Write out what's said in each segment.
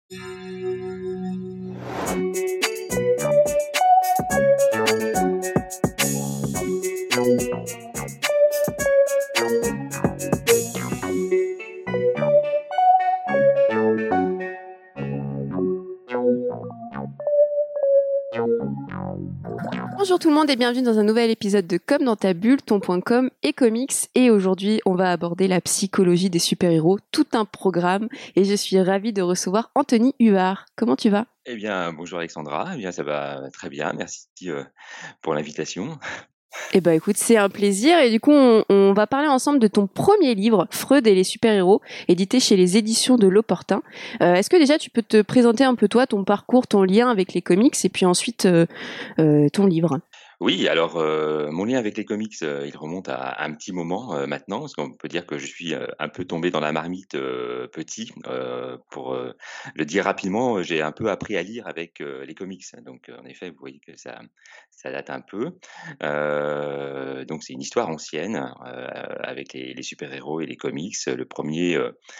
Bonjour tout le monde et bienvenue dans un nouvel épisode de Comme dans ta bulle, ton.com et comics. Et aujourd'hui, on va aborder la psychologie des super-héros, tout un programme. Et je suis ravie de recevoir Anthony Huard. Comment tu vas ? Eh bien, bonjour Alexandra. Eh bien, ça va très bien. Merci pour l'invitation. Eh ben écoute, c'est un plaisir. Et du coup, on va parler ensemble de ton premier livre, Freud et les super-héros, édité chez les éditions de L'Opportun. Est-ce que déjà tu peux te présenter un peu toi, ton parcours, ton lien avec les comics et puis ensuite ton livre ? Oui, alors mon lien avec les comics, il remonte à un petit moment, maintenant, parce qu'on peut dire que je suis, un peu tombé dans la marmite, petit. Pour, le dire rapidement, j'ai un peu appris à lire avec, les comics. Donc, en effet, vous voyez que ça date un peu. Donc c'est une histoire ancienne, avec les super-héros et les comics. Le premier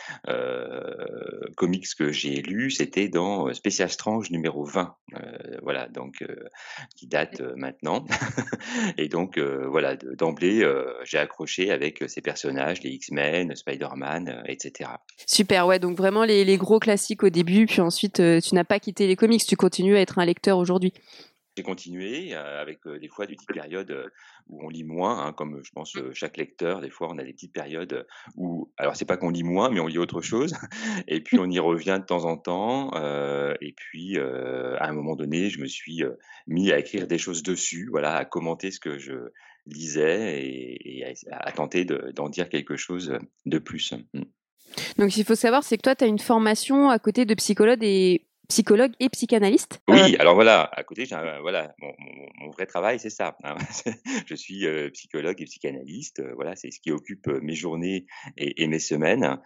comics que j'ai lu, c'était dans, Special Strange numéro 20. Voilà, donc qui date, maintenant. Et donc voilà, d'emblée, j'ai accroché avec, ces personnages, les X-Men, Spider-Man, et cetera. Super, ouais, donc vraiment les gros classiques au début, puis ensuite tu n'as pas quitté les comics, tu continues à être un lecteur aujourd'hui. J'ai continué, avec, des fois des petites périodes, où on lit moins, hein, comme je pense, chaque lecteur. Des fois, on a des petites périodes, où alors c'est pas qu'on lit moins, mais on lit autre chose et puis on y revient de temps en temps, et puis, à un moment donné, je me suis, mis à écrire des choses dessus, voilà, à commenter ce que je lisais et à tenter d'en dire quelque chose, de plus. Mmh. Donc, ce qu'il faut savoir, c'est que toi, tu as une formation à côté de psychologue et psychanalyste. Oui, alors voilà, à côté, j'ai un voilà, mon vrai travail, c'est ça, hein. Je suis, psychologue et psychanalyste, voilà, c'est ce qui occupe, mes journées et mes semaines.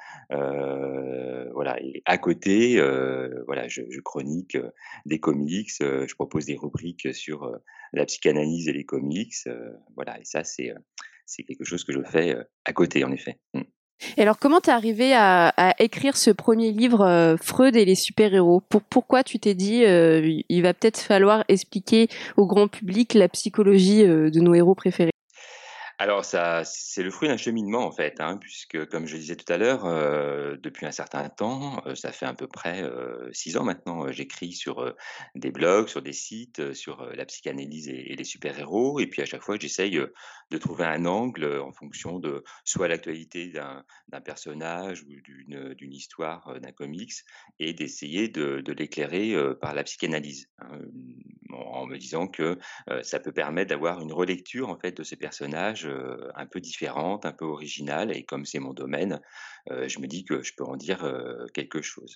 Voilà et à côté, voilà, je chronique, des comics, je propose des rubriques sur, la psychanalyse et les comics, voilà et ça, c'est quelque chose que je fais, à côté, en effet. Mmh. Et alors, comment t'es arrivé à écrire ce premier livre, Freud et les super-héros? Pourquoi tu t'es dit, il va peut-être falloir expliquer au grand public la psychologie de nos héros préférés? Alors ça c'est le fruit d'un cheminement en fait, hein, puisque comme je disais tout à l'heure, depuis un certain temps, ça fait à peu près, 6 ans maintenant, j'écris sur, des blogs, sur des sites, sur, la psychanalyse et les super-héros et puis à chaque fois j'essaye, de trouver un angle, en fonction de soit l'actualité d'un personnage ou d'une histoire, d'un comics et d'essayer de l'éclairer, par la psychanalyse, hein, en me disant que ça peut permettre d'avoir une relecture en fait de ces personnages, un peu différente, un peu originale et comme c'est mon domaine, je me dis que je peux en dire, quelque chose.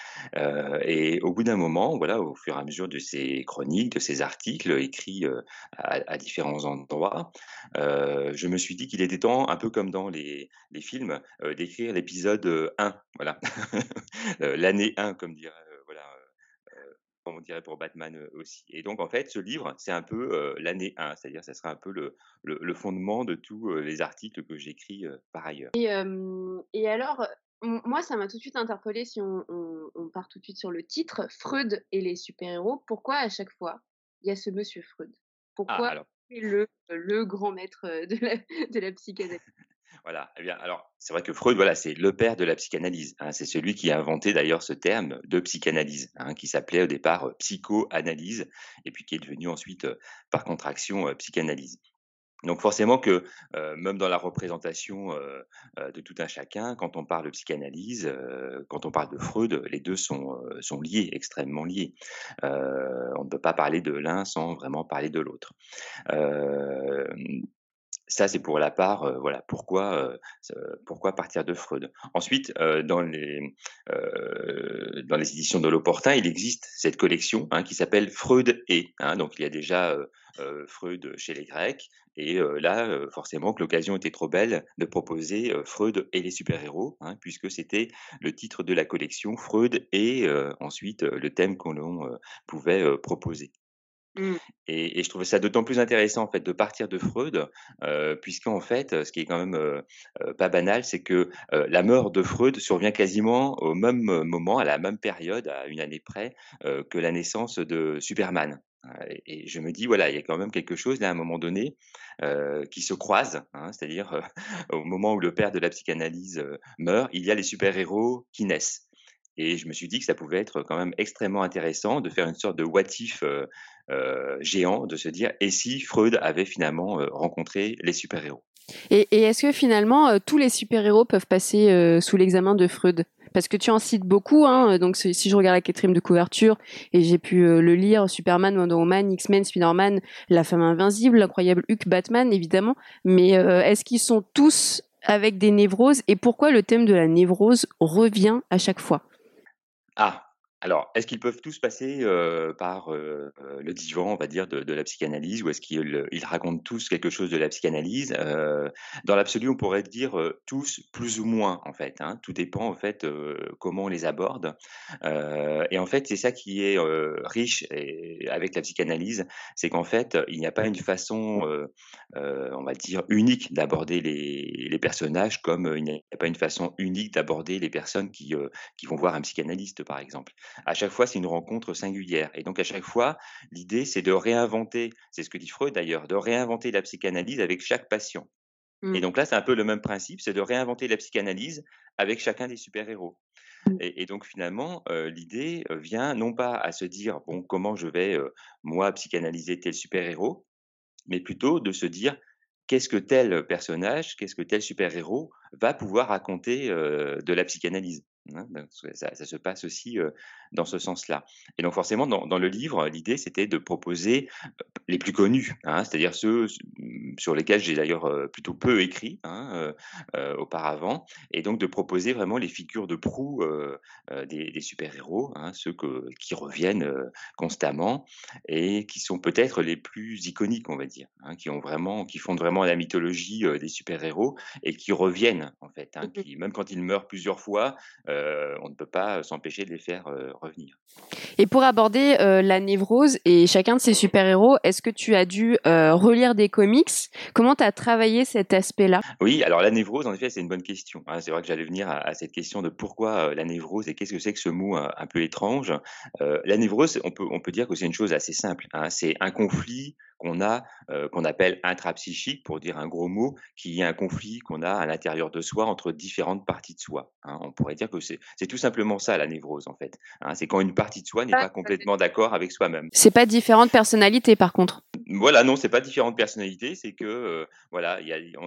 Et au bout d'un moment, voilà, au fur et à mesure de ces chroniques, de ces articles écrits, à différents endroits, je me suis dit qu'il était temps, un peu comme dans les films, d'écrire l'épisode, 1, voilà. L'année 1 comme dirait, voilà, comme on dirait pour Batman, aussi et donc en fait, ce livre, c'est un peu, l'année 1, c'est-à-dire ça sera un peu le fondement de tous, les articles que j'écris, par ailleurs. Et alors, moi, ça m'a tout de suite interpellée si on part tout de suite sur le titre, Freud et les super-héros. Pourquoi à chaque fois, il y a ce monsieur Freud? Ah Pourquoi alors c'est le grand maître de la psychanalyse? voilà, eh bien alors, c'est vrai que Freud, voilà, c'est le père de la psychanalyse, hein. C'est celui qui a inventé d'ailleurs ce terme de psychanalyse, hein, qui s'appelait au départ, psychoanalyse et puis qui est devenu ensuite, par contraction, psychanalyse. Donc forcément que, même dans la représentation, de tout un chacun, quand on parle de psychanalyse, quand on parle de Freud, les 2 sont liés, extrêmement liés. On ne peut pas parler de l'un sans vraiment parler de l'autre. Hem Ça, c'est pour la part, voilà, pourquoi partir de Freud. Ensuite, dans les éditions de L'Opportun, il existe cette collection, hein, qui s'appelle Freud et, hein, donc il y a déjà, Freud chez les Grecs et là, forcément que l'occasion était trop belle de proposer, Freud et les super-héros, hein, puisque c'était le titre de la collection Freud et ensuite, le thème que l'on, pouvait, proposer. Mmh. Et je trouvais ça d'autant plus intéressant, en fait, de partir de Freud, puisqu'en fait, ce qui est quand même, pas banal, c'est que, la mort de Freud survient quasiment au même moment, à la même période, à une année près, que la naissance de Superman. Et je me dis: «Voilà, il y a quand même quelque chose là, à un moment donné, qui se croise», hein. C'est-à-dire, au moment où le père de la psychanalyse, meurt, il y a les super-héros qui naissent. Et je me suis dit que ça pouvait être quand même extrêmement intéressant de faire une sorte de what if, géant, de se dire: «Et si Freud avait finalement, rencontré les super-héros?» Et est-ce que finalement, tous les super-héros peuvent passer sous l'examen de Freud? Parce que tu en cites beaucoup, hein, donc si je regarde la quatrième de couverture, et j'ai pu le lire, Superman, Wonder Woman, X-Men, Spider-Man, La Femme Invincible, l'incroyable Hulk, Batman, évidemment. Mais est-ce qu'ils sont tous avec des névroses? Et pourquoi le thème de la névrose revient à chaque fois? Ah! Alors, est-ce qu'ils peuvent tous passer, par, le divan, on va dire, de la psychanalyse ou est-ce qu'ils racontent tous quelque chose de la psychanalyse? Dans l'absolu, on pourrait dire, tous plus ou moins, en fait, hein. Tout dépend, en fait, comment on les aborde. Et en fait, c'est ça qui est, riche et avec la psychanalyse, c'est qu'en fait, il n'y a pas une façon, on va dire unique d'aborder les personnages comme, il n'y a pas une façon unique d'aborder les personnes qui vont voir un psychanalyste, par exemple. À chaque fois, c'est une rencontre singulière et donc à chaque fois, l'idée, c'est de réinventer, c'est ce que dit Freud d'ailleurs, de réinventer la psychanalyse avec chaque patient et Mmh. donc là, c'est un peu le même principe, c'est de réinventer la psychanalyse avec chacun des super-héros et donc finalement, l'idée, vient non pas à se dire: «Bon, comment je vais, moi, psychanalyser tel super-héros?» mais plutôt de se dire: «Qu'est-ce que tel personnage, qu'est-ce que tel super-héros va pouvoir raconter, de la psychanalyse?» hein, donc ça se passe aussi, dans ce sens-là et donc forcément dans le livre, l'idée c'était de proposer les plus connus, hein, c'est-à-dire ceux sur lesquels j'ai d'ailleurs, plutôt peu écrit, hein, auparavant et donc de proposer vraiment les figures de proue, des super-héros, hein, ceux qui reviennent, constamment et qui sont peut-être les plus iconiques, on va dire, hein, qui font vraiment la mythologie, des super-héros et qui reviennent en fait, hein, qui même quand ils meurent plusieurs fois, on ne peut pas s'empêcher de les faire, revenir. Et pour aborder la névrose et chacun de ces super-héros, est-ce que tu as dû relire des comics? Comment tu as travaillé cet aspect-là? Oui, alors la névrose, en effet, c'est une bonne question, hein. C'est vrai que j'allais venir à cette question de pourquoi, la névrose et qu'est-ce que c'est que ce mot, un peu étrange? La névrose, on peut dire que c'est une chose assez simple, hein. C'est un conflit qu'on a, qu'on appelle intrapsychique pour dire un gros mot, qui est un conflit qu'on a à l'intérieur de soi entre différentes parties de soi, hein. On pourrait dire que c'est tout simplement ça la névrose, en fait, hein. C'est quand une partie de soi n'est pas complètement d'accord avec soi-même. C'est pas différentes personnalités par contre. Voilà, non, c'est pas différentes personnalités, c'est que, voilà,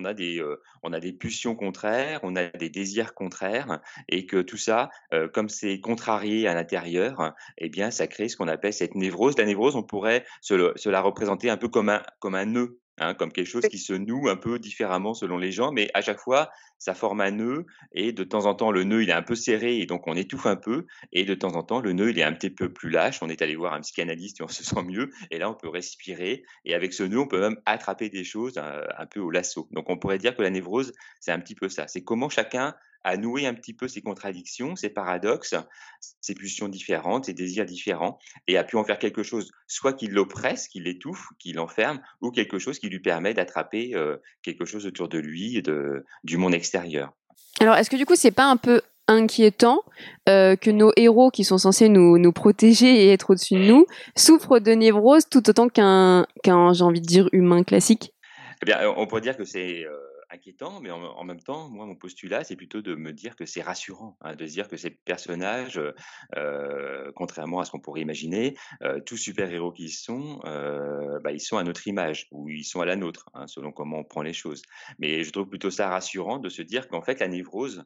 on a des pulsions contraires, on a des désirs contraires et que tout ça, comme c'est contrarié à l'intérieur, eh bien, ça crée ce qu'on appelle cette névrose. La névrose, on pourrait se la représenter un peu comme un nœud, hein, comme quelque chose qui se noue un peu différemment selon les gens, mais à chaque fois, ça forme un nœud et de temps en temps, le nœud, il est un peu serré et donc on étouffe un peu et de temps en temps, le nœud, il est un petit peu plus lâche. On est allé voir un psychanalyste et on se sent mieux et là, on peut respirer et avec ce nœud, on peut même attraper des choses, un peu au lasso. Donc on pourrait dire que la névrose, c'est un petit peu ça. C'est comment chacun a noué un petit peu ses contradictions, ses paradoxes, ses pulsions différentes, ses désirs différents et a pu en faire quelque chose, soit qui l'oppresse, qui l'étouffe, qui l'enferme ou quelque chose qui lui permet d'attraper, quelque chose autour de lui et du monde extérieur. Alors est-ce que du coup c'est pas un peu inquiétant que nos héros qui sont censés nous protéger et être au-dessus de nous souffrent de névrose tout autant qu'un j'ai envie de dire humain classique? Eh bien, on pourrait dire que c'est, inquiétant, mais en même temps, moi, mon postulat, c'est plutôt de me dire que c'est rassurant, hein, de se dire que ces personnages, contrairement à ce qu'on pourrait imaginer, tous super-héros qu'ils sont, bah, ils sont à notre image ou ils sont à la nôtre, hein, selon comment on prend les choses. Mais je trouve plutôt ça rassurant de se dire qu'en fait, la névrose,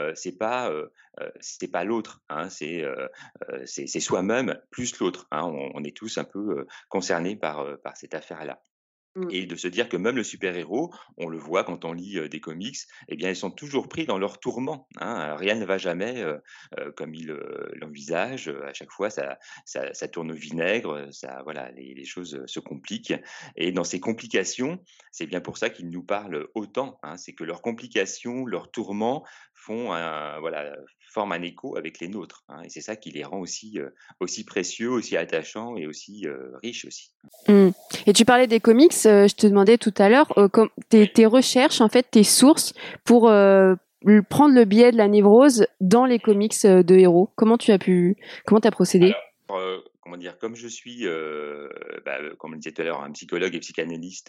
c'est pas l'autre, hein, c'est soi-même plus l'autre, hein. On est tous un peu, concernés par cette affaire-là. Mmh. Et de se dire que même le super-héros, on le voit quand on lit, des comics, eh bien, ils sont toujours pris dans leur tourment, hein. Rien ne va jamais, comme ils, l'envisagent, à chaque fois ça tourne au vinaigre, ça voilà, les choses, se compliquent et dans ces complications, c'est bien pour ça qu'ils nous parlent autant, hein. C'est que leurs complications, leurs tourments font un voilà, forment un écho avec les nôtres, hein, et c'est ça qui les rend aussi précieux, aussi attachants et aussi, riches aussi. Mmh. Et tu parlais des comics, je te demandais tout à l'heure, tes recherches, en fait, tes sources pour prendre le biais de la névrose dans les comics de héros. Comment t'as procédé? Comment dire? Comme je suis, comme on le disait tout à l'heure, un psychologue et psychanalyste,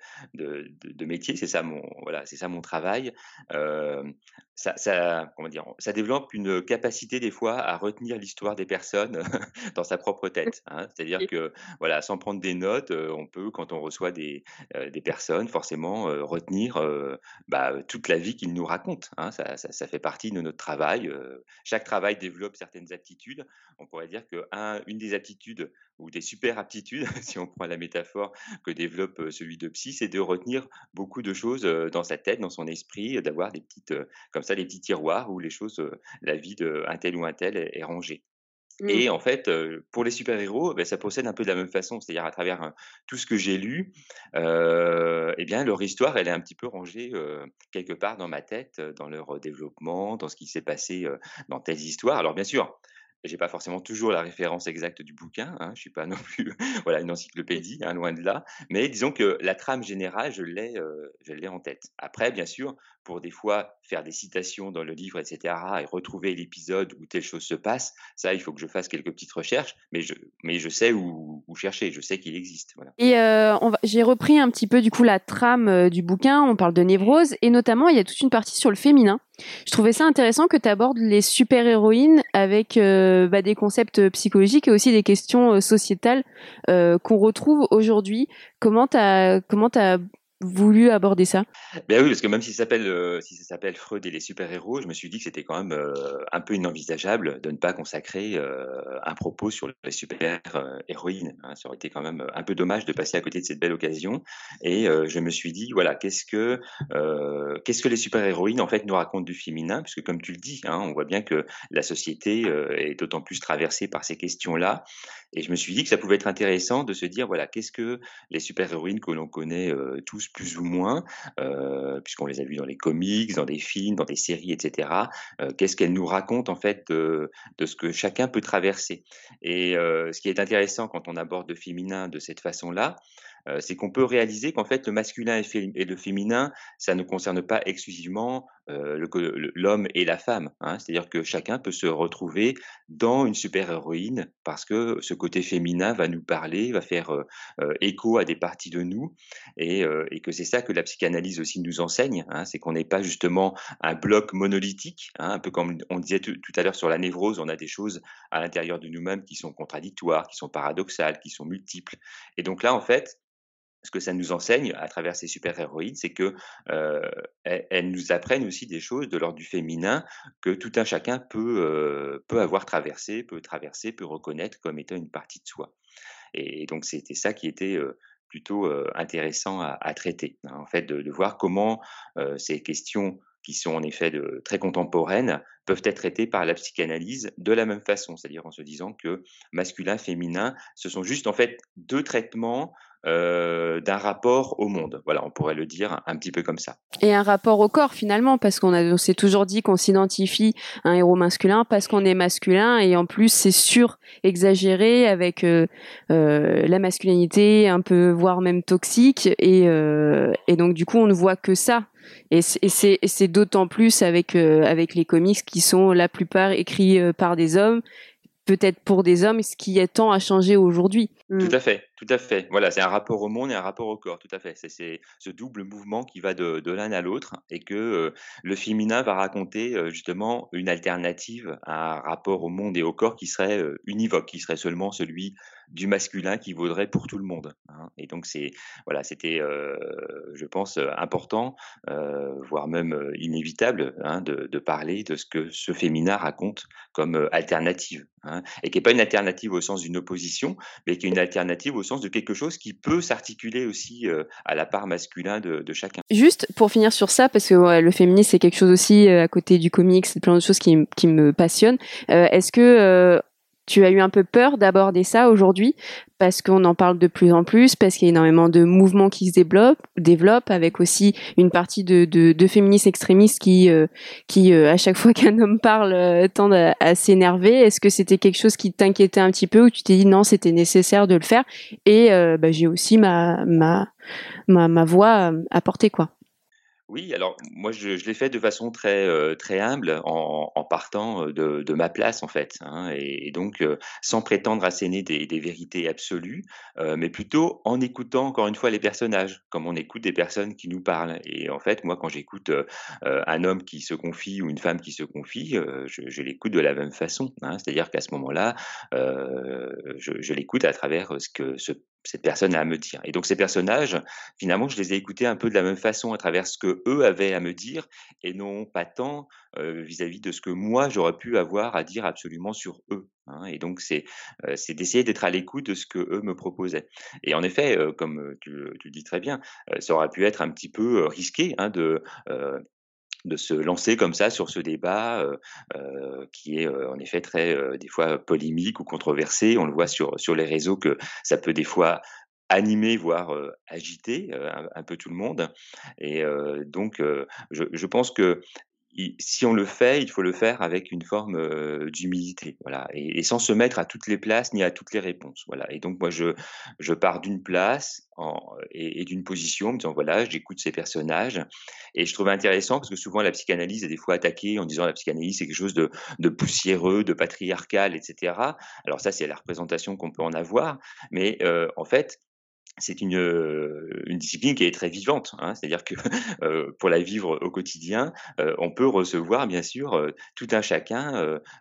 de métier, c'est ça mon travail. Hem, ça comment dire? Ça développe une capacité des fois à retenir l'histoire des personnes dans sa propre tête, hein. C'est-à-dire que, voilà, sans prendre des notes, on peut quand on reçoit des personnes forcément, retenir, toute la vie qu'ils nous racontent, hein. Ça fait partie de notre travail, chaque travail développe certaines aptitudes. On pourrait dire une des aptitudes ou des super aptitudes, si on prend la métaphore que développe celui de psy, c'est de retenir beaucoup de choses dans sa tête, dans son esprit, d'avoir des petites, comme ça, des petits tiroirs où les choses, la vie d'un tel ou un tel est rangée. Mmh. Et en fait, pour les super-héros, ça procède un peu de la même façon. C'est-à-dire à travers, tout ce que j'ai lu, et bien leur histoire, elle est un petit peu rangée, quelque part dans ma tête, dans leur, développement, dans ce qui s'est passé, dans telles histoires. Alors bien sûr, j'ai pas forcément toujours la référence exacte du bouquin, hein. Je suis pas non plus, voilà, une encyclopédie, hein, loin de là. Mais disons que la trame générale, je l'ai en tête. Après, bien sûr, pour des fois faire des citations dans le livre et cetera et retrouver l'épisode où telle chose se passe, ça, il faut que je fasse quelques petites recherches, mais je sais où chercher, je sais qu'il existe, voilà. Et j'ai repris un petit peu du coup la trame du bouquin. On parle de névrose et notamment il y a toute une partie sur le féminin. Je trouvais ça intéressant que tu abordes les super-héroïnes avec des concepts psychologiques et aussi des questions sociétales qu'on retrouve aujourd'hui. Comment t'as voulu aborder ça? Ben oui, parce que même si ça s'appelle Freud et les super-héros, je me suis dit que c'était quand même, un peu inenvisageable de ne pas consacrer, un propos sur les super, héroïnes, hein. Ça aurait été quand même, un peu dommage de passer à côté de cette belle occasion et je me suis dit: «Voilà, qu'est-ce que les super-héroïnes, en fait, nous racontent du féminin?» puisque comme tu le dis, hein, on voit bien que la société, est d'autant plus traversée par ces questions-là et je me suis dit que ça pouvait être intéressant de se dire: «Voilà, qu'est-ce que les super-héroïnes que l'on connaît, tous plus ou moins, puisqu'on les a vues dans les comics, dans des films, dans des séries et cetera. Qu'est-ce qu'elles nous racontent en fait de ce que chacun peut traverser? Et ce qui est intéressant quand on aborde le féminin de cette façon-là, c'est qu'on peut réaliser qu'en fait le masculin et le féminin, ça ne concerne pas exclusivement, l'homme et la femme, hein. C'est-à-dire que chacun peut se retrouver dans une super héroïne parce que ce côté féminin va nous parler, va faire, écho à des parties de nous et que c'est ça que la psychanalyse aussi nous enseigne, hein, c'est qu'on n'est pas justement un bloc monolithique, hein, un peu comme on disait tout à l'heure sur la névrose, on a des choses à l'intérieur de nous-mêmes qui sont contradictoires, qui sont paradoxales, qui sont multiples. Et donc là, en fait, ce que ça nous enseigne à travers ces super-héroïnes, c'est que, elles nous apprennent aussi des choses de l'ordre du féminin que tout un chacun peut avoir traversé, peut reconnaître comme étant une partie de soi. Et donc c'était ça qui était, plutôt, intéressant à traiter, hein, en fait, de voir comment, ces questions qui sont en effet très contemporaines, peuvent être traitées par la psychanalyse de la même façon. C'est-à-dire en se disant que masculin, féminin, ce sont juste en fait 2 traitements, d'un rapport au monde. Voilà, on pourrait le dire un petit peu comme ça. Et un rapport au corps finalement, parce on s'est toujours dit qu'on s'identifie à un héros masculin parce qu'on est masculin et en plus c'est exagéré avec la masculinité un peu voire même toxique et donc du coup on ne voit que ça. Et c'est d'autant plus avec les comics qui sont la plupart écrits par des hommes, peut-être pour des hommes, ce qui est tend à changer aujourd'hui. Tout à fait, tout à fait. Voilà, c'est un rapport au monde et un rapport au corps, tout à fait. C'est ce double mouvement qui va de l'un à l'autre et que, le féminin va raconter, justement une alternative à un rapport au monde et au corps qui serait, univoque, qui serait seulement celui du masculin qui vaudrait pour tout le monde, hein. Et donc voilà, c'était, je pense, important, voire même, inévitable, hein, de parler de ce que ce féminin raconte comme, alternative, hein. Et qui est pas une alternative au sens d'une opposition, mais qui est une alternative au sens de quelque chose qui peut s'articuler aussi, à la part masculin de chacun. Juste pour finir sur ça, parce que ouais, le féminisme c'est quelque chose aussi à côté du comics, c'est plein de choses qui me passionnent. Est-ce que tu as eu un peu peur d'aborder ça aujourd'hui parce qu'on en parle de plus en plus, parce qu'il y a énormément de mouvements qui se développent avec aussi une partie de féministes extrémistes qui à chaque fois qu'un homme parle, tendent à s'énerver. Est-ce que c'était quelque chose qui t'inquiétait un petit peu ou tu t'es dit non, c'était nécessaire de le faire et j'ai aussi ma voix à porter, quoi. Oui, alors moi je l'ai fait de façon très humble en partant, de ma place en fait, hein et donc sans prétendre asséner des vérités absolues, mais plutôt en écoutant encore une fois les personnages, comme on écoute des personnes qui nous parlent et en fait moi quand j'écoute, un homme qui se confie ou une femme qui se confie, je l'écoute de la même façon, hein. C'est-à-dire qu'à ce moment-là, je l'écoute à travers, ce que cette personne a à me dire et donc ces personnages, finalement, je les ai écoutés un peu de la même façon à travers ce que eux avaient à me dire et non pas tant, vis-à-vis de ce que moi j'aurais pu avoir à dire absolument sur eux, hein et donc c'est d'essayer d'être à l'écoute de ce que eux me proposaient et en effet, comme, tu le dis très bien, ça aurait pu être un petit peu, risqué, hein, de se lancer comme ça sur ce débat, qui est, en effet très, des fois polémique ou controversé. On le voit sur les réseaux que ça peut des fois animer, voire, agiter, un peu tout le monde et donc je pense que si on le fait, il faut le faire avec une forme, d'humilité, voilà et sans se mettre à toutes les places ni à toutes les réponses, voilà et donc moi je pars d'une place et d'une position en me disant: «Voilà, j'écoute ces personnages» et je trouve intéressant parce que souvent la psychanalyse est des fois attaquée en disant: «La psychanalyse, c'est quelque chose de poussiéreux, de patriarcal» et cetera. Alors ça, c'est la représentation qu'on peut en avoir, mais en fait, c'est une discipline qui est très vivante, hein. C'est-à-dire que, pour la vivre au quotidien, on peut recevoir bien sûr, tout un chacun,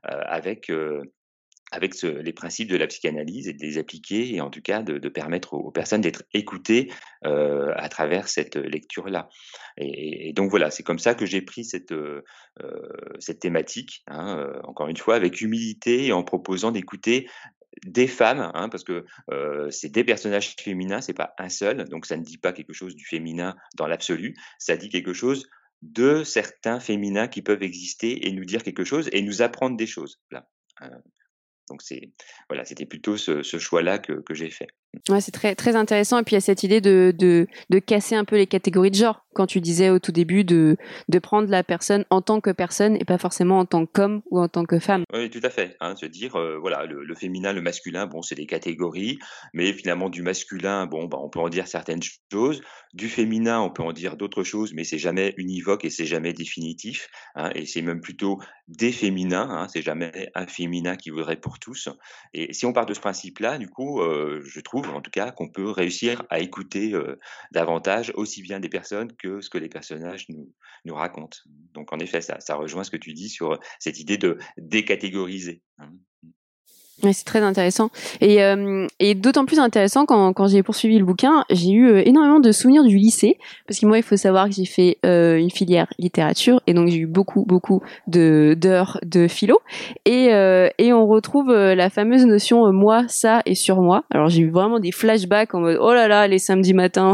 avec les principes de la psychanalyse et de les appliquer et en tout cas de permettre aux personnes d'être écoutées, à travers cette lecture-là et donc voilà, c'est comme ça que j'ai pris cette thématique, hein, encore une fois avec humilité et en proposant d'écouter des femmes, hein, parce que, c'est des personnages féminins, c'est pas un seul, donc ça ne dit pas quelque chose du féminin dans l'absolu, ça dit quelque chose de certains féminins qui peuvent exister et nous dire quelque chose et nous apprendre des choses. Voilà, donc voilà, c'était plutôt ce choix-là que j'ai fait. Ouais, c'est très, très intéressant. Et puis, il y a cette idée de casser un peu les catégories de genre. Quand tu disais au tout début de prendre la personne en tant que personne et pas forcément en tant qu'homme ou en tant que femme. Oui, tout à fait, hein, se dire, voilà, le féminin, le masculin, bon, c'est des catégories, mais finalement du masculin, bon, bah, on peut en dire certaines choses. Du féminin, on peut en dire d'autres choses, mais c'est jamais univoque et c'est jamais définitif, hein, et c'est même plutôt des féminins, hein, c'est jamais un féminin qui vaudrait pour tous. Et si on part de ce principe-là, du coup, je trouve en tout cas qu'on peut réussir à écouter, davantage aussi bien des personnes que ce que les personnages nous racontent. Donc en effet, ça rejoint ce que tu dis sur cette idée de décatégoriser, hein. Ouais, c'est très intéressant. Et d'autant plus intéressant quand j'ai poursuivi le bouquin, j'ai eu énormément de souvenirs du lycée, parce que moi, il faut savoir que j'ai fait une filière littérature, et donc j'ai eu beaucoup d'heures de philo, et on retrouve la fameuse notion moi, ça et sur moi. Alors j'ai eu vraiment des flashbacks en mode oh là là, les samedis matins,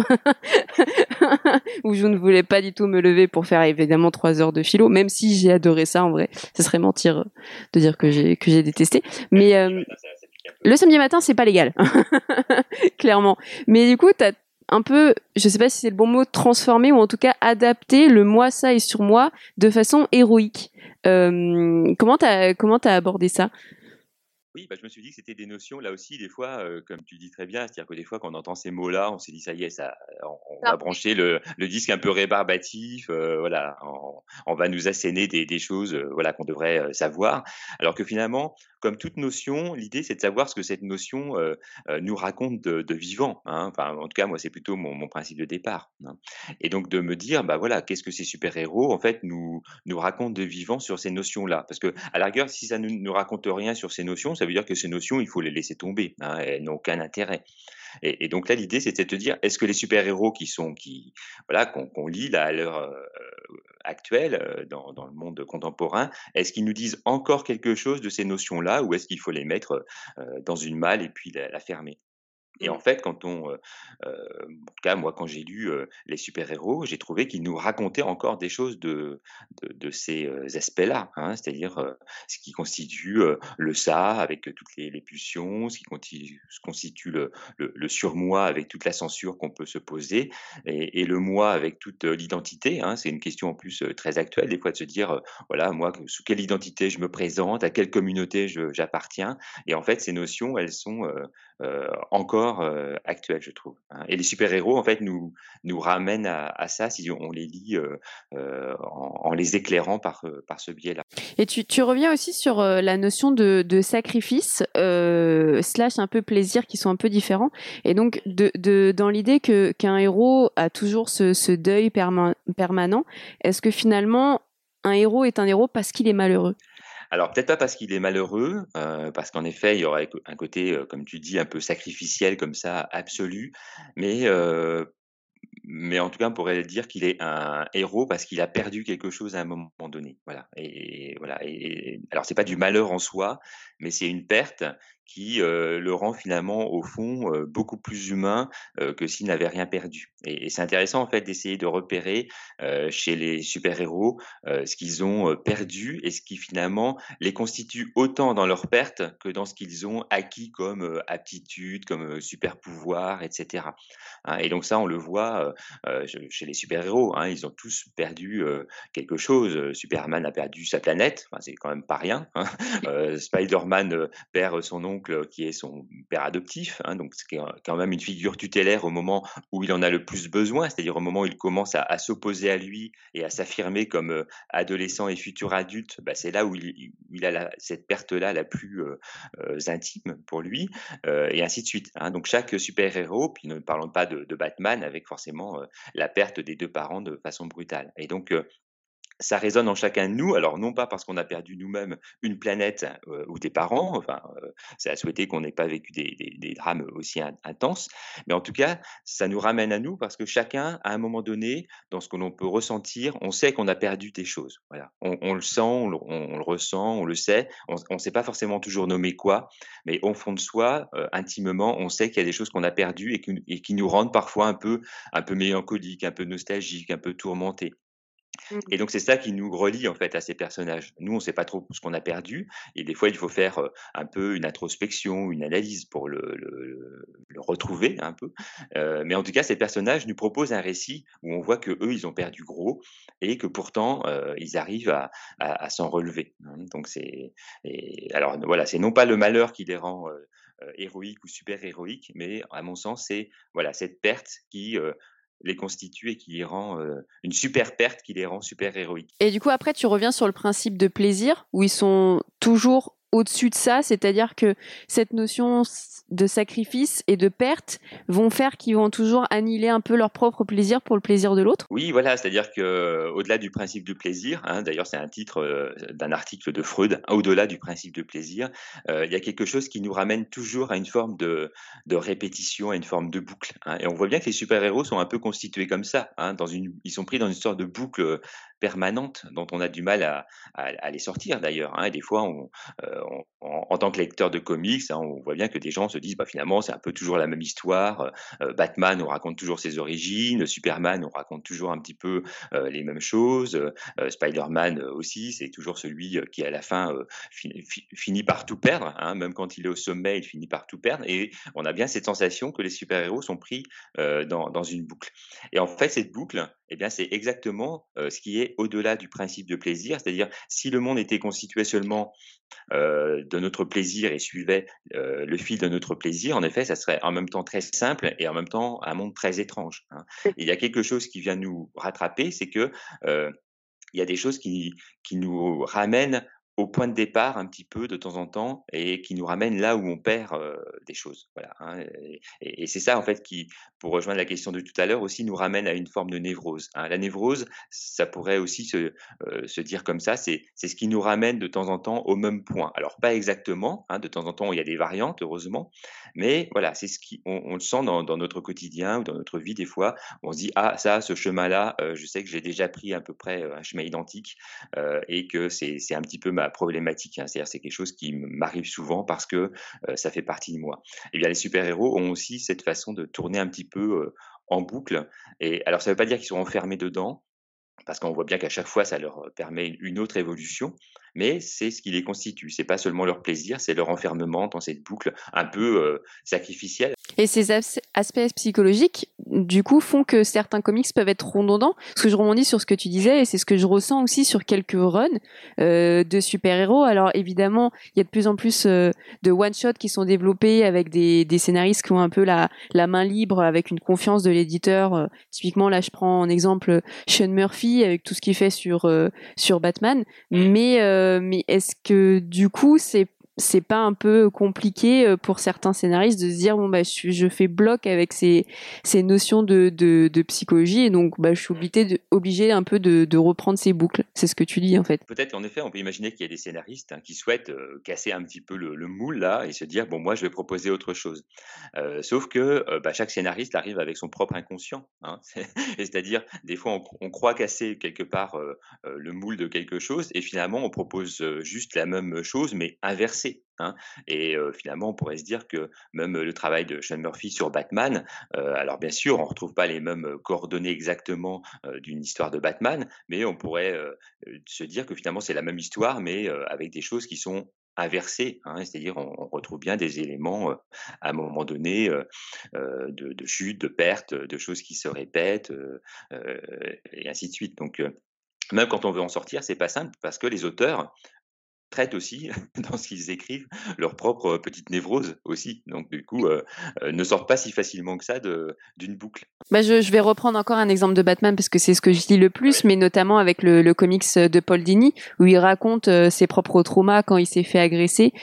où je ne voulais pas du tout me lever pour faire évidemment 3 heures de philo, même si j'ai adoré ça en vrai. Ce serait mentir de dire que j'ai détesté. Mais le samedi matin, c'est pas légal, clairement. Mais du coup, t'as un peu, je sais pas si c'est le bon mot, transformé ou en tout cas adapté le moi, ça et sur moi de façon héroïque. Comment t'as abordé ça? Oui, bah, je me suis dit que c'était des notions là aussi des fois, comme tu dis très bien, c'est-à-dire que des fois quand on entend ces mots-là, on s'est dit: «Ça y est, ça on va brancher le disque un peu rébarbatif, voilà, on va nous asséner des choses, voilà qu'on devrait, savoir». Alors que finalement, comme toute notion, l'idée c'est de savoir ce que cette notion, nous raconte de vivant, hein. Enfin, en tout cas, moi, c'est plutôt mon principe de départ, hein et donc de me dire: «Bah, voilà, qu'est-ce que ces super héros en fait nous racontent de vivant sur ces notions-là?» parce que à la rigueur, si ça ne nous raconte rien sur ces notions, ça veut dire que ces notions, il faut les laisser tomber, hein, elles n'ont aucun intérêt et donc là, l'idée, c'était de te dire: «Est-ce que les super-héros voilà, qu'on lit là à l'heure, actuelle, dans le monde contemporain, est-ce qu'ils nous disent encore quelque chose de ces notions-là ou est-ce qu'il faut les mettre, dans une malle et puis la fermer?» Et en Mmh. fait, en tout cas, moi, quand j'ai lu, les super-héros, j'ai trouvé qu'ils nous racontaient encore des choses de ces, aspects-là, hein. C'est-à-dire, ce qui constitue, le ça avec, toutes les pulsions, ce constitue le surmoi avec toute la censure qu'on peut se poser et le moi avec toute, l'identité, hein. C'est une question en plus, très actuelle des fois de se dire, voilà, moi, sous quelle identité je me présente, à quelle communauté j'appartiens et en fait, ces notions, elles sont, encore, actuelles, je trouve, hein et les super-héros, en fait, nous ramènent à ça si on les lit, en les éclairant par ce biais-là. Et tu reviens aussi sur la notion de sacrifice slash un peu plaisir qui sont un peu différents. Et donc dans l'idée qu'un héros a toujours ce deuil permanent, est-ce que finalement un héros est un héros parce qu'il est malheureux? Alors peut-être pas parce qu'il est malheureux, parce qu'en effet, il y aurait un côté, comme tu dis, un peu sacrificiel comme ça, absolu, mais en tout cas, on pourrait dire qu'il est un héros parce qu'il a perdu quelque chose à un moment donné. Voilà et voilà et alors c'est pas du malheur en soi, mais c'est une perte qui, le rend finalement au fond, beaucoup plus humain, que s'il n'avait rien perdu et c'est intéressant en fait d'essayer de repérer, chez les super-héros, ce qu'ils ont, perdu et ce qui finalement les constitue autant dans leur perte que dans ce qu'ils ont acquis comme, aptitude, comme, super-pouvoir et cetera, hein et donc ça, on le voit, chez les super-héros, hein. Ils ont tous perdu, quelque chose. Superman a perdu sa planète, enfin, c'est quand même pas rien, hein. Spider-Man, perd son oncle qui est son père adoptif, hein, donc c'est quand même une figure tutélaire au moment où il en a le plus besoin, c'est-à-dire au moment où il commence à s'opposer à lui et à s'affirmer comme, adolescent et futur adulte, bah, c'est là où il a cette perte-là la plus, intime pour lui, et ainsi de suite, hein. Donc chaque super-héros, puis ne parlons pas de Batman avec forcément, la perte des 2 parents de façon brutale et donc ça résonne en chacun de nous. Alors non pas parce qu'on a perdu nous-mêmes une planète, ou des parents, enfin, c'est à souhaiter qu'on n'ait pas vécu des drames aussi intenses, mais en tout cas, ça nous ramène à nous parce que chacun, à un moment donné, dans ce que l'on peut ressentir, on sait qu'on a perdu des choses. Voilà. On le sent, on le ressent, on le sait. On sait pas forcément toujours nommer quoi, mais au fond de soi, intimement, on sait qu'il y a des choses qu'on a perdues et qui nous rendent parfois un peu mélancoliques, un peu nostalgiques, un peu tourmentés. Mmh. Et donc c'est ça qui nous relie en fait à ces personnages. Nous, on ne sait pas trop ce qu'on a perdu et des fois, il faut faire, un peu une introspection, une analyse pour le retrouver un peu. Mais en tout cas, ces personnages nous proposent un récit où on voit qu'eux, ils ont perdu gros et que pourtant, ils arrivent à s'en relever, hein. Donc c'est et alors voilà, c'est non pas le malheur qui les rend, héroïques ou super héroïques, mais à mon sens, c'est voilà, cette perte qui, les constitue et qui les rend, une super perte qui les rend super héroïques. Et du coup, après, tu reviens sur le principe de plaisir, où ils sont toujours au-dessus de ça, c'est-à-dire que cette notion de sacrifice et de perte vont faire qu'ils vont toujours annihiler un peu leur propre plaisir pour le plaisir de l'autre. Oui, voilà, c'est-à-dire que au-delà du principe du plaisir, hein, d'ailleurs c'est un titre, d'un article de Freud, au-delà du principe de plaisir, il y a quelque chose qui nous ramène toujours à une forme de répétition, à une forme de boucle, hein et on voit bien que les super-héros sont un peu constitués comme ça, hein, ils sont pris dans une sorte de boucle, permanente dont on a du mal à les sortir d'ailleurs, hein et des fois en tant que lecteur de comics, hein, on voit bien que des gens se disent: «Bah, finalement, c'est un peu toujours la même histoire, Batman, on raconte toujours ses origines, Superman, on raconte toujours un petit peu, les mêmes choses, Spider-Man, aussi, c'est toujours celui, qui à la fin, finit par tout perdre, hein, même quand il est au sommet, il finit par tout perdre et on a bien cette sensation que les super-héros sont pris, dans une boucle et en fait, cette boucle eh bien, c'est exactement, ce qui est au-delà du principe de plaisir. C'est-à-dire, si le monde était constitué seulement de notre plaisir et suivait, le fil de notre plaisir, en effet, ça serait en même temps très simple et en même temps un monde très étrange, hein. Et il y a quelque chose qui vient nous rattraper, c'est que, heu, il y a des choses qui nous ramènent au point de départ un petit peu de temps en temps et qui nous ramènent là où on perd, des choses. Voilà, hein et c'est ça en fait qui, pour rejoindre la question de tout à l'heure aussi, nous ramène à une forme de névrose, hein. La névrose, ça pourrait aussi se dire comme ça, c'est ce qui nous ramène de temps en temps au même point. Alors pas exactement, hein, de temps en temps il y a des variantes heureusement, mais voilà, c'est ce qui on le sent dans notre quotidien ou dans notre vie des fois, on se dit: «Ah ça, ce chemin-là, je sais que j'ai déjà pris à peu près, un chemin identique, et que c'est un petit peu ma problématique, hein. C'est-à-dire c'est quelque chose qui m'arrive souvent parce que, ça fait partie de moi. Et bien les super-héros ont aussi cette façon de tourner un petit peu, en boucle et alors ça ne veut pas dire qu'ils sont enfermés dedans, parce qu'on voit bien qu'à chaque fois ça leur, permet une autre évolution, mais c'est ce qui les constitue. C'est pas seulement leur plaisir, c'est leur enfermement dans cette boucle un peu, sacrificielle. Et ces aspects psychologiques, du coup, font que certains comics peuvent être redondants. Parce que je rebondis sur ce que tu disais, et c'est ce que je ressens aussi sur quelques runs de super-héros. Alors évidemment, il y a de plus en plus de one-shots qui sont développés avec des scénaristes qui ont un peu la main libre, avec une confiance de l'éditeur. Typiquement, là, je prends en exemple Sean Murphy, avec tout ce qu'il fait sur Batman. Mais est-ce que du coup, c'est pas un peu compliqué pour certains scénaristes de se dire bon bah je fais bloc avec ces notions de psychologie et donc bah je suis obligé un peu de reprendre ces boucles. C'est ce que tu dis en fait. Peut-être qu'en effet, on peut imaginer qu'il y a des scénaristes, hein, qui souhaitent, casser un petit peu le moule là et se dire: «Bon moi je vais proposer autre chose». Sauf que, bah, chaque scénariste arrive avec son propre inconscient, hein. C'est-à-dire des fois on croit casser quelque part, le moule de quelque chose et finalement on propose, juste la même chose mais inversée, hein. Et finalement on pourrait se dire que même le travail de Sean Murphy sur Batman, alors bien sûr on retrouve pas les mêmes, coordonnées exactement, d'une histoire de Batman, mais on pourrait, se dire que finalement c'est la même histoire, mais avec des choses qui sont inversées, hein. C'est-à-dire on retrouve bien des éléments, à un moment donné, de chute, de perte, de choses qui se répètent, heu et ainsi de suite. Donc même quand on veut en sortir, c'est pas simple parce que les auteurs traitent aussi dans ce qu'ils écrivent leur propre, petite névrose aussi. Donc du coup, ne sortent pas si facilement que ça de d'une boucle. Bah je vais reprendre encore un exemple de Batman parce que c'est ce que je lis le plus, mais notamment avec le comics de Paul Dini où il raconte ses propres traumas quand il s'est fait agresser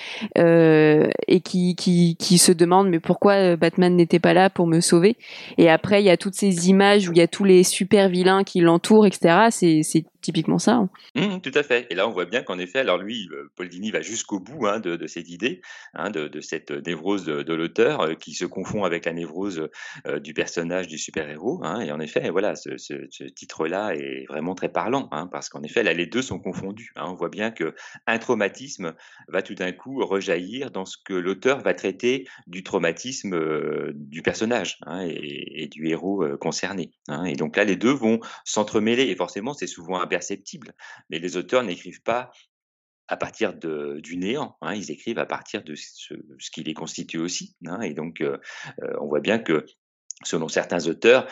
et qui se demande mais pourquoi Batman n'était pas là pour me sauver. Et après il y a toutes ces images où il y a tous les super vilains qui l'entourent, etc. C'est typiquement ça, hein. Tout à fait et là, on voit bien qu'en effet, alors lui, Paul Dini va jusqu'au bout, hein, de cette idée, hein, de cette névrose de l'auteur, qui se confond avec la névrose, du personnage du super-héros, hein et en effet, voilà, ce titre-là est vraiment très parlant, hein, parce qu'en effet, là, les 2 sont confondus, hein. On voit bien qu'un traumatisme va tout d'un coup rejaillir dans ce que l'auteur va traiter du traumatisme, du personnage, hein et du héros, concerné, hein et donc là, les 2 vont s'entremêler et forcément, c'est souvent imperceptible. Mais les auteurs n'écrivent pas à partir du néant, hein, ils écrivent à partir de ce qui les constitue aussi, hein et donc on voit bien que selon certains auteurs,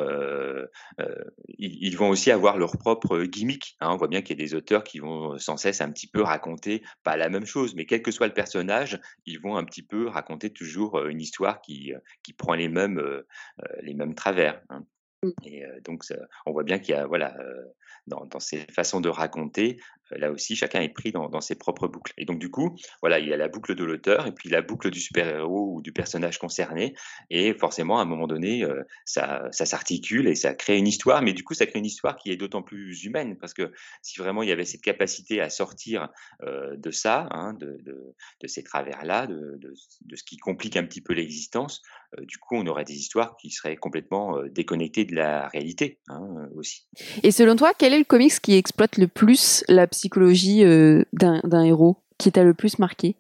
ils vont aussi avoir leur propre gimmick, hein. On voit bien qu'il y a des auteurs qui vont sans cesse un petit peu raconter, pas la même chose, mais quel que soit le personnage, ils vont un petit peu raconter toujours, une histoire qui prend les mêmes travers, hein. Et donc ça on voit bien qu'il y a voilà, dans ces façons de raconter, là aussi chacun est pris dans ses propres boucles et donc du coup, voilà, il y a la boucle de l'auteur et puis la boucle du super-héros ou du personnage concerné et forcément à un moment donné, ça s'articule et ça crée une histoire, mais du coup ça crée une histoire qui est d'autant plus humaine parce que si vraiment il y avait cette capacité à sortir, de ça, hein, de ces travers-là, de ce qui complique un petit peu l'existence, du coup on aurait des histoires qui seraient complètement, déconnectées de la réalité, hein, aussi. Et selon toi, quel est le comics qui exploite le plus la psychologie d'un héros, qui t'a le plus marqué?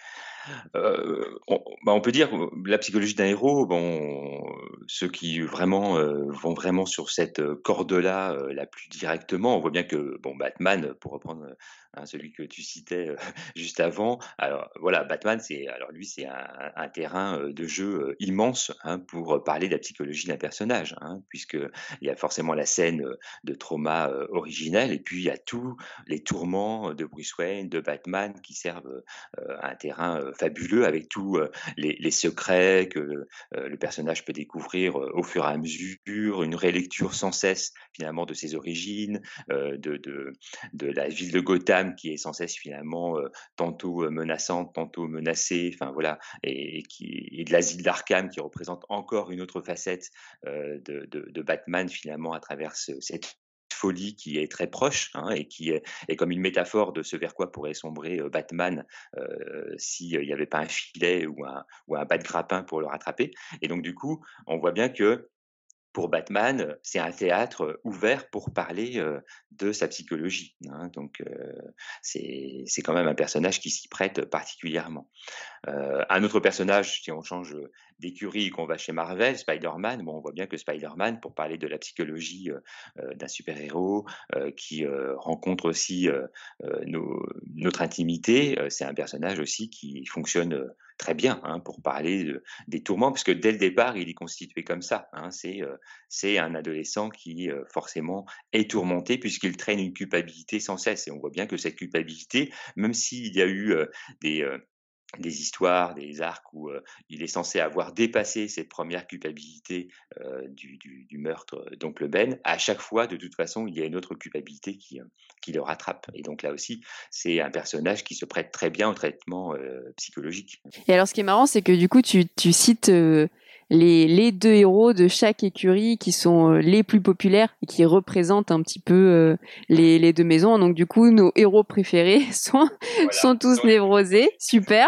On peut dire, la psychologie d'un héros, bon, ceux qui vraiment, vont vraiment sur cette, corde-là, la plus directement, on voit bien que, bon, Batman, pour reprendre, hein, celui que tu citais, juste avant, alors voilà, Batman, c'est un terrain, de jeu, immense, hein, pour, parler de la psychologie d'un personnage, hein, puisqu'il y a forcément la scène, de trauma, originelle et puis il y a tous les tourments, de Bruce Wayne, de Batman qui servent, un terrain, fabuleux avec tous, les secrets que, le personnage peut découvrir, au fur et à mesure, une rélecture sans cesse finalement de ses origines, de la ville de Gotham qui est sans cesse finalement, tantôt, menaçante, tantôt menacée, enfin voilà et de l'asile d'Arkham qui représente encore une autre facette, de Batman finalement à travers cette folie qui est très proche, hein, et qui est comme une métaphore de ce vers quoi pourrait sombrer, Batman, s'il n'y avait pas un filet ou un bas de grappin pour le rattraper et donc du coup, on voit bien que pour Batman, c'est un théâtre, ouvert pour parler, de sa psychologie, hein, donc c'est quand même un personnage qui s'y prête particulièrement. Un autre personnage, si on change, d'écurie et qu'on va chez Marvel, Spider-Man, bon, on voit bien que Spider-Man, pour parler de la psychologie, d'un super-héros, qui, rencontre aussi, notre intimité, c'est un personnage aussi qui fonctionne, très bien, hein, pour parler des tourments, puisque dès le départ, il est constitué comme ça, hein. C'est un adolescent qui, forcément est tourmenté puisqu'il traîne une culpabilité sans cesse et on voit bien que cette culpabilité, même s'il y a eu, des, des histoires, des arcs où, il est censé avoir dépassé cette première culpabilité, du meurtre d'oncle Ben. À chaque fois, de toute façon, il y a une autre culpabilité qui le rattrape et donc là aussi, c'est un personnage qui se prête très bien au traitement, psychologique. Et alors, ce qui est marrant, c'est que du coup, tu cites les deux héros de chaque écurie qui sont les plus populaires et qui représentent un petit peu les deux maisons. Donc, du coup, nos héros préférés Voilà, sont tous sont les plus névrosés. névrosés. Super.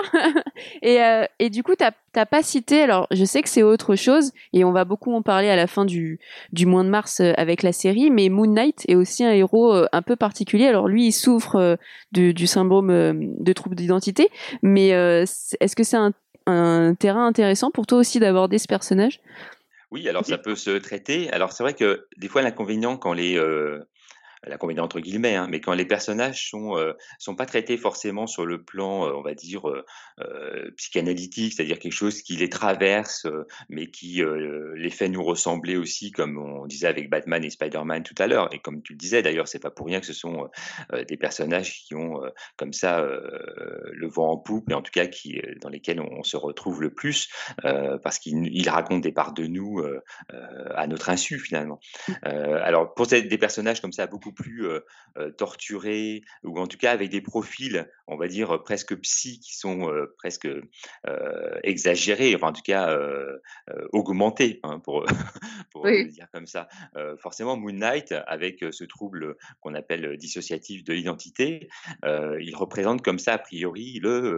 Et du coup, t'as pas cité, alors je sais que c'est autre chose et on va beaucoup en parler à la fin du mois de mars avec la série, mais Moon Knight est aussi un héros un peu particulier. Alors lui, il souffre du syndrome de trouble d'identité, mais est-ce que c'est un terrain intéressant pour toi aussi d'aborder ce personnage? Oui, alors ça peut se traiter. Alors c'est vrai que des fois l'inconvénient quand l'inconvénient entre guillemets, hein, mais quand les personnages sont pas traités forcément sur le plan, on va dire, psychanalytique, c'est-à-dire quelque chose qui les traverse, mais qui, les fait nous ressembler aussi, comme on disait avec Batman et Spider-Man tout à l'heure et comme tu le disais d'ailleurs, c'est pas pour rien que ce sont, des personnages qui ont, comme ça, le vent en poupe et en tout cas qui, dans lesquels on se retrouve le plus, parce qu'ils racontent des parts de nous, à notre insu finalement. Alors pour des personnages comme ça beaucoup plus, torturés ou en tout cas avec des profils, on va dire, presque psy qui sont, presque, exagérés, enfin en tout cas, augmentés, hein, pour, pour le Oui. dire comme ça. Forcément Moon Knight avec, ce trouble qu'on appelle, dissociatif de l'identité, il représente comme ça a priori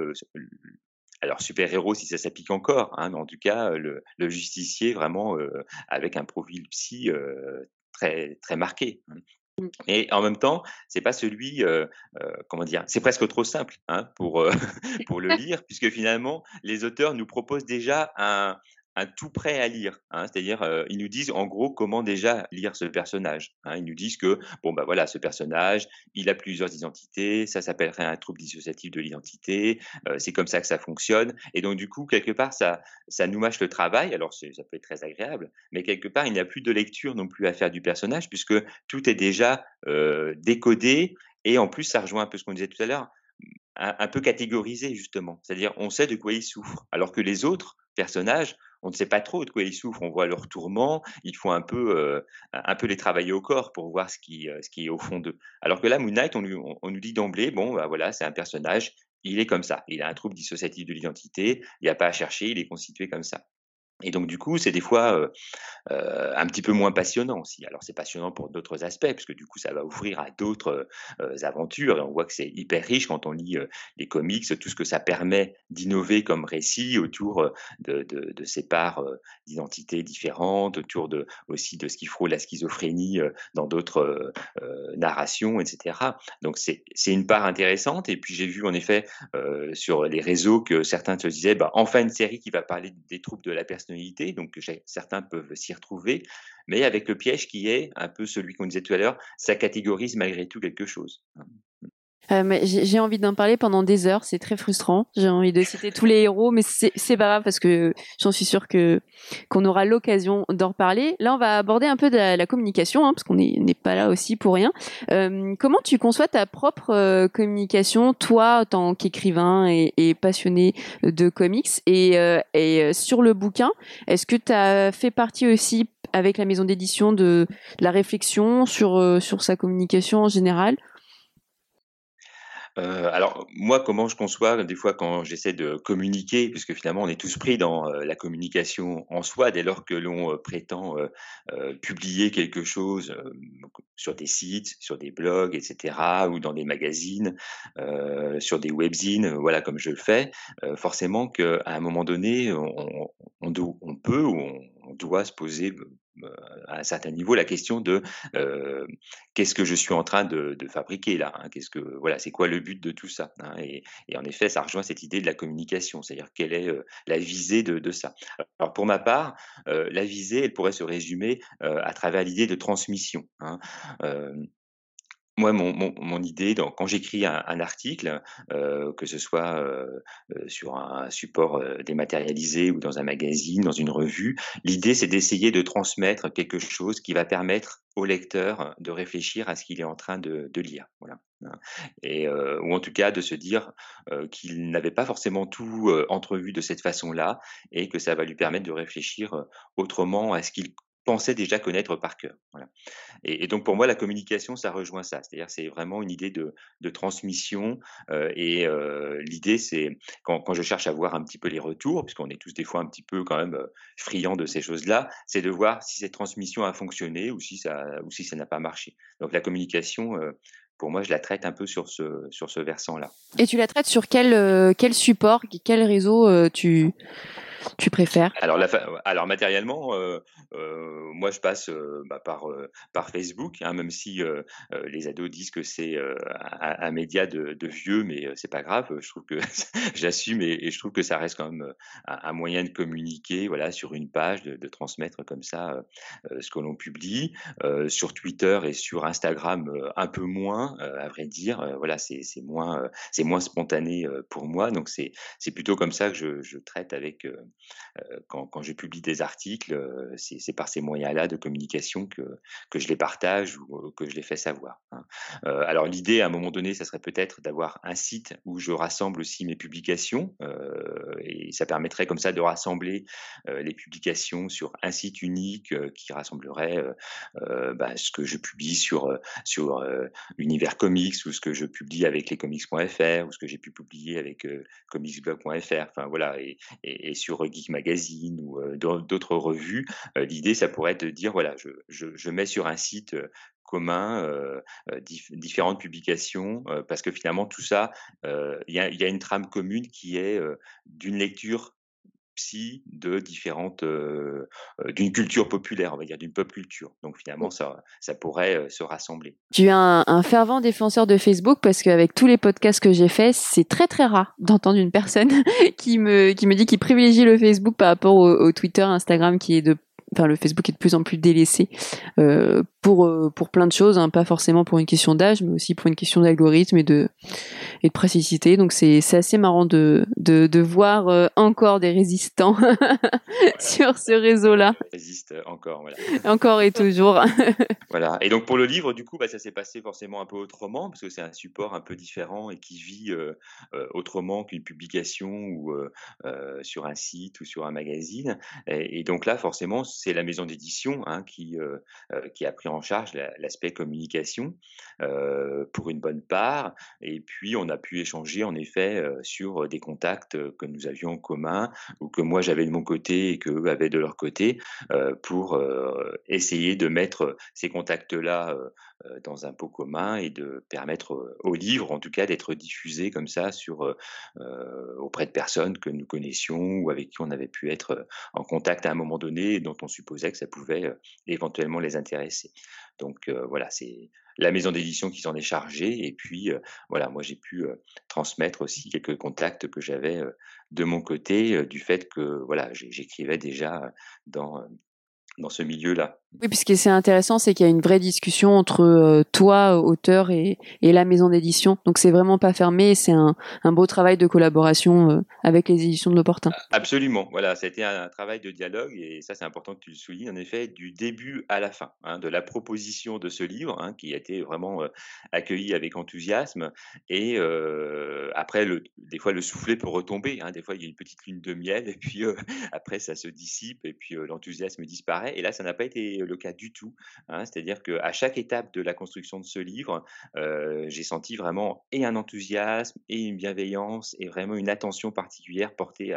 alors super-héros si ça s'applique encore, hein, mais en tout cas, le justicier vraiment, avec un profil psy, très très marqué, hein. Et en même temps, c'est pas celui, comment dire? C'est presque trop simple, hein, pour, pour le lire puisque finalement les auteurs nous proposent déjà un tout prêt à lire, hein. C'est-à-dire, ils nous disent en gros comment déjà lire ce personnage, hein. Ils nous disent que, bon, bah, voilà, ce personnage, il a plusieurs identités, ça s'appellerait un trouble dissociatif de l'identité, c'est comme ça que ça fonctionne et donc du coup, quelque part, ça nous mâche le travail. Alors ça peut être très agréable, mais quelque part, il n'y a plus de lecture non plus à faire du personnage puisque tout est déjà, décodé et en plus, ça rejoint un peu ce qu'on disait tout à l'heure, un peu catégorisé justement. C'est-à-dire, on sait de quoi ils souffrent, alors que les autres personnages, on ne sait pas trop de quoi ils souffrent. On voit leurs tourments, il faut un peu les travailler au corps pour voir ce qui est au fond d'eux. Alors que là, Moon Knight, on nous dit d'emblée: «Bon, bah, voilà, c'est un personnage, il est comme ça. Il a un trouble dissociatif de l'identité, il y a pas à chercher, il est constitué comme ça». Et donc du coup, c'est des fois, un petit peu moins passionnant aussi. Alors c'est passionnant pour d'autres aspects, puisque du coup ça va ouvrir à d'autres, aventures et on voit que c'est hyper riche quand on lit, les comics, tout ce que ça permet d'innover comme récit autour, de ces parts, d'identités différentes, autour de aussi de ce qui frôle la schizophrénie, dans d'autres, narrations et cetera. Donc c'est une part intéressante et puis j'ai vu en effet, sur les réseaux que certains se disaient: «Bah, enfin une série qui va parler des troubles de la personnalité», donc certains peuvent s'y retrouver, mais avec le piège qui est un peu celui qu'on disait tout à l'heure, ça catégorise malgré tout quelque chose, hein. Mais j'ai envie d'en parler pendant des heures, c'est très frustrant. J'ai envie de citer tous les héros, mais c'est pas grave parce que j'en suis sûre que qu'on aura l'occasion d'en reparler. Là, on va aborder un peu de la communication, hein, parce qu'on n'est pas là aussi pour rien. Comment tu conçois ta propre communication, toi, en tant qu'écrivain et passionné de comics, sur le bouquin, est-ce que tu as fait partie aussi avec la maison d'édition de la réflexion sur sa communication en général? Alors moi, comment je conçois des fois quand j'essaie de communiquer, puisque finalement on est tous pris dans, la communication en soi dès lors que l'on, prétend, publier quelque chose, donc sur des sites, sur des blogs et cetera ou dans des magazines, sur des webzines, voilà comme je le fais. Forcément qu'à un moment donné, on peut ou on doit se poser, à un certain niveau la question de qu'est-ce que je suis en train de fabriquer là, hein? Voilà, c'est quoi le but de tout ça, hein? Et en effet, ça rejoint cette idée de la communication, c'est-à-dire quelle est la visée de ça. Alors pour ma part, la visée, elle pourrait se résumer à travers l'idée de transmission, hein. Euh, Moi, mon idée quand j'écris un article, que ce soit, sur un support, dématérialisé ou dans un magazine, dans une revue, l'idée, c'est d'essayer de transmettre quelque chose qui va permettre au lecteur de réfléchir à ce qu'il est en train de lire, voilà, hein. Ou en tout cas de se dire, qu'il n'avait pas forcément tout, entrevu de cette façon-là et que ça va lui permettre de réfléchir, autrement à ce qu'il pensait déjà connaître par cœur, voilà. Et donc pour moi, la communication, ça rejoint ça. C'est-à-dire, c'est vraiment une idée de transmission, l'idée, c'est quand je cherche à voir un petit peu les retours, puisqu'on est tous des fois un petit peu quand même, friands de ces choses-là, c'est de voir si cette transmission a fonctionné ou si ça n'a pas marché. Donc la communication, pour moi, je la traite un peu sur ce versant-là. Et tu la traites sur quel support, quel réseau tu préfères? Alors matériellement, moi je passe, par Facebook, hein, même si, les ados disent que c'est, un média de vieux, mais, c'est pas grave, je trouve que j'assume et je trouve que ça reste quand même, un moyen de communiquer, voilà, sur une page, de transmettre comme ça, ce que l'on publie. Sur Twitter et sur Instagram, un peu moins, à vrai dire, voilà, c'est moins spontané, pour moi, donc c'est plutôt comme ça que je traite avec, quand je publie des articles, c'est par ces moyens-là de communication que je les partage ou que je les fais savoir, hein. Alors l'idée, à un moment donné, ça serait peut-être d'avoir un site où je rassemble aussi mes publications, et ça permettrait comme ça de rassembler, les publications sur un site unique, qui rassemblerait, ce que je publie sur Univers Comics ou ce que je publie avec lescomics.fr ou ce que j'ai pu publier avec, comicsblog.fr. Enfin voilà et sur Geek Magazine ou d'autres revues, l'idée, ça pourrait être de dire, voilà, je mets sur un site, commun, différentes publications, parce que finalement tout ça, il y a une trame commune qui est, d'une lecture de différentes, d'une culture populaire, on va dire, d'une pop culture. Donc finalement ça pourrait, se rassembler. Je suis un fervent défenseur de Facebook parce qu'avec tous les podcasts que j'ai faits, c'est très très rare d'entendre une personne qui me dit qu'il privilégie le Facebook par rapport au Twitter, Instagram qui est enfin le Facebook est de plus en plus délaissé pour plein de choses, hein, pas forcément pour une question d'âge, mais aussi pour une question d'algorithme et de praticité. Donc c'est assez marrant de voir encore des résistants sur ce réseau-là, Résiste encore, voilà. encore et toujours. Voilà et donc pour le livre, du coup, ça s'est passé forcément un peu autrement parce que c'est un support un peu différent et qui vit, autrement qu'une publication ou, sur un site ou sur un magazine et donc là, forcément, c'est la maison d'édition, hein, qui a pris en charge l'aspect communication, pour une bonne part et puis on a pu échanger en effet, sur, des contacts, que nous avions en commun ou que moi j'avais de mon côté et qu'eux avaient de leur côté, pour, essayer de mettre, ces contacts-là, dans un pot commun et de permettre, au livre, en tout cas, d'être diffusé comme ça auprès de personnes que nous connaissions ou avec qui on avait pu être, en contact à un moment donné et dont on supposait que ça pouvait, éventuellement les intéresser. Donc, voilà, c'est la maison d'édition qui s'en est chargée et puis, voilà, moi j'ai pu, transmettre aussi quelques contacts que j'avais, de mon côté, du fait que, voilà, j'écrivais déjà, dans, dans ce milieu-là. Oui, puis ce qui est intéressant, c'est qu'il y a une vraie discussion entre toi, auteur, et la maison d'édition. Donc c'est vraiment pas fermé, c'est un beau travail de collaboration avec les éditions de l'Opportun. Absolument, voilà, ça a été un travail de dialogue et ça, c'est important que tu le soulignes, en effet, du début à la fin, hein, de la proposition de ce livre, hein, qui a été vraiment, accueilli avec enthousiasme et après des fois le soufflet peut retomber, hein, des fois il y a une petite lune de miel et puis, après ça se dissipe et puis, l'enthousiasme disparaît et là, ça n'a pas été le cas du tout, hein. C'est-à-dire qu'à chaque étape de la construction de ce livre, j'ai senti vraiment et un enthousiasme et une bienveillance et vraiment une attention particulière portée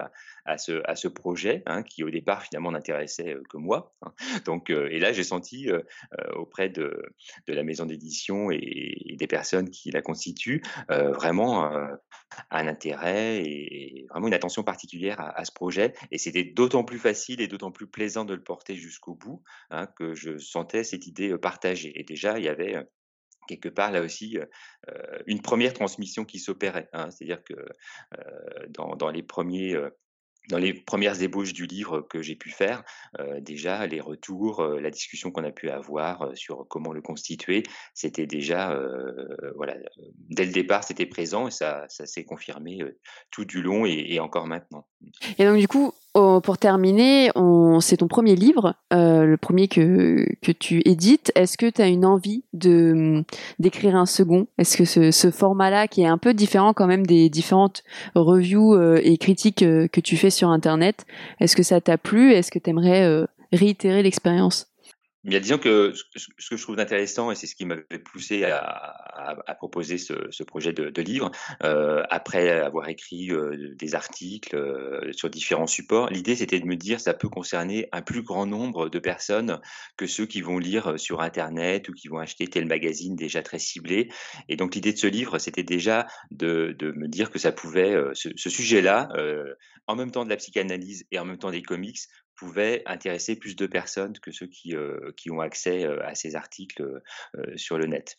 à ce projet, hein, qui au départ finalement n'intéressait, que moi, hein. Donc et là j'ai senti, auprès de la maison d'édition et des personnes qui la constituent, vraiment, un intérêt et vraiment une attention particulière à ce projet et c'était d'autant plus facile et d'autant plus plaisant de le porter jusqu'au bout, hein, que je sentais cette idée, partagée et déjà il y avait, quelque part là aussi, une première transmission qui s'opérait, hein. C'est-à-dire que, dans les premiers, dans les premières ébauches du livre que j'ai pu faire, déjà les retours, la discussion qu'on a pu avoir, sur comment le constituer, c'était déjà, voilà, dès le départ, c'était présent et ça s'est confirmé, tout du long et encore maintenant. Et donc du coup, pour terminer, c'est ton premier livre, le premier que tu édites. Est-ce que tu as une envie d'écrire un second? Est-ce que ce format-là, qui est un peu différent quand même des différentes reviews et critiques que tu fais sur Internet, est-ce que ça t'a plu? Est-ce que tu aimerais réitérer l'expérience? Bien, disons que ce que je trouve intéressant et c'est ce qui m'avait poussé à proposer ce projet de livre, après avoir écrit, des articles, sur différents supports, l'idée c'était de me dire: «Ça peut concerner un plus grand nombre de personnes que ceux qui vont lire, sur internet ou qui vont acheter tel magazine déjà très ciblé» et donc l'idée de ce livre, c'était déjà de me dire que ça pouvait, ce sujet-là, en même temps de la psychanalyse et en même temps des comics, pouvait intéresser plus de personnes que ceux qui ont accès, à ces articles, sur le net.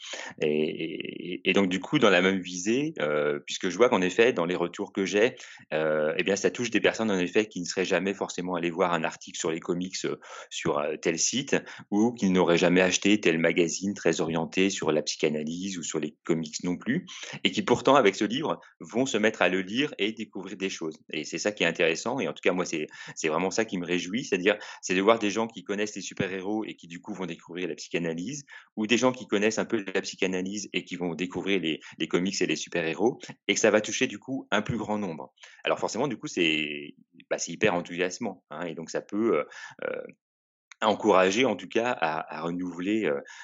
Et donc du coup, dans la même visée, puisque je vois qu'en effet, dans les retours que j'ai, et bien, ça touche des personnes, en effet, qui ne seraient jamais forcément allées voir un article sur les comics, sur, tel site ou qui n'auraient jamais acheté tel magazine très orienté sur la psychanalyse ou sur les comics non plus et qui pourtant, avec ce livre, vont se mettre à le lire et découvrir des choses et c'est ça qui est intéressant et en tout cas, moi, c'est vraiment ça qui me réjouit, c'est-à-dire, c'est de voir des gens qui connaissent les super-héros et qui du coup vont découvrir la psychanalyse, ou des gens qui connaissent un peu la psychanalyse et qui vont découvrir les comics et les super-héros, et que ça va toucher du coup un plus grand nombre. Alors forcément, du coup, c'est hyper enthousiasmant, hein, et donc ça peut encourager en tout cas à renouveler,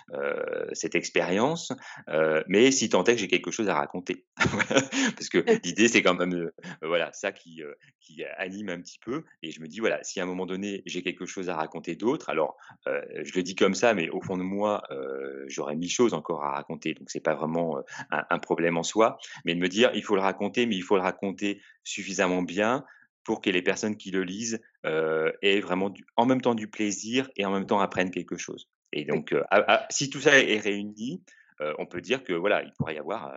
cette expérience, mais si tant est que j'ai quelque chose à raconter. Parce que l'idée c'est quand même, voilà ça qui anime un petit peu et je me dis voilà, si à un moment donné j'ai quelque chose à raconter d'autre alors, je le dis comme ça, mais au fond de moi, j'aurais 1000 choses encore à raconter donc c'est pas vraiment, un problème en soi, mais de me dire: «Il faut le raconter, mais il faut le raconter suffisamment bien pour que les personnes qui le lisent, aient vraiment en même temps du plaisir et en même temps apprennent quelque chose et donc si tout ça est réuni, on peut dire que voilà, il pourrait y avoir,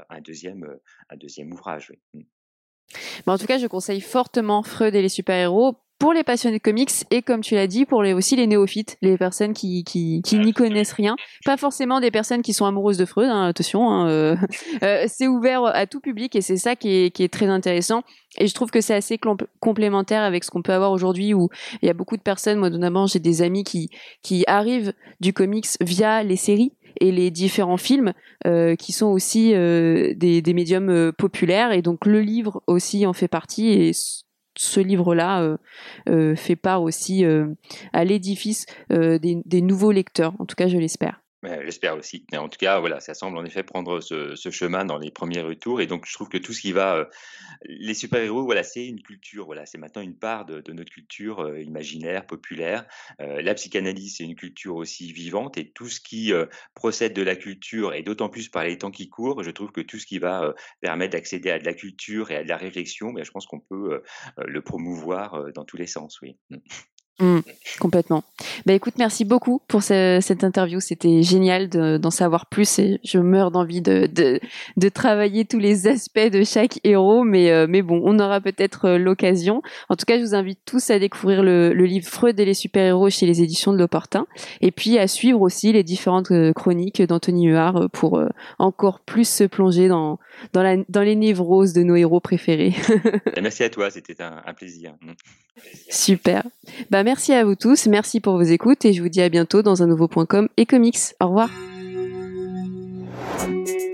un deuxième ouvrage, oui. Mmh. Mais en tout cas, je conseille fortement Freud et les super-héros pour les passionnés de comics et comme tu l'as dit, pour aussi les néophytes, les personnes qui n'y connaissent rien. Pas forcément des personnes qui sont amoureuses de Freud, hein, attention. Hein, c'est ouvert à tout public et c'est ça qui est très intéressant. Et je trouve que c'est assez complémentaire avec ce qu'on peut avoir aujourd'hui où il y a beaucoup de personnes, moi notamment j'ai des amis qui arrivent du comics via les séries et les différents films qui sont aussi des médiums populaires et donc le livre aussi en fait partie et ce livre-là fait part aussi à l'édifice des nouveaux lecteurs, en tout cas je l'espère. Ouais, j'espère aussi. Mais en tout cas, voilà, ça semble en effet prendre ce chemin dans les premiers retours et donc je trouve que tout ce qui va, les super-héros, voilà, c'est une culture, voilà, c'est maintenant une part de notre culture, imaginaire, populaire. La psychanalyse, c'est une culture aussi vivante et tout ce qui, procède de la culture et d'autant plus par les temps qui courent, je trouve que tout ce qui va, permettre d'accéder à de la culture et à de la réflexion, je pense qu'on peut, le promouvoir, dans tous les sens, oui. Mmh. Mmh, complètement. Bah écoute, merci beaucoup pour cette interview. C'était génial d'en savoir plus et je meurs d'envie de travailler tous les aspects de chaque héros. Mais bon, on aura peut-être l'occasion. En tout cas, je vous invite tous à découvrir le livre Freud et les super-héros chez les éditions de L'Opportun. Et puis à suivre aussi les différentes chroniques d'Anthony Huard pour encore plus se plonger dans les névroses de nos héros préférés. Et merci à toi, c'était un plaisir. Mmh. Super. Bah merci à vous tous, merci pour vos écoutes et je vous dis à bientôt dans un nouveau point com et comics. Au revoir.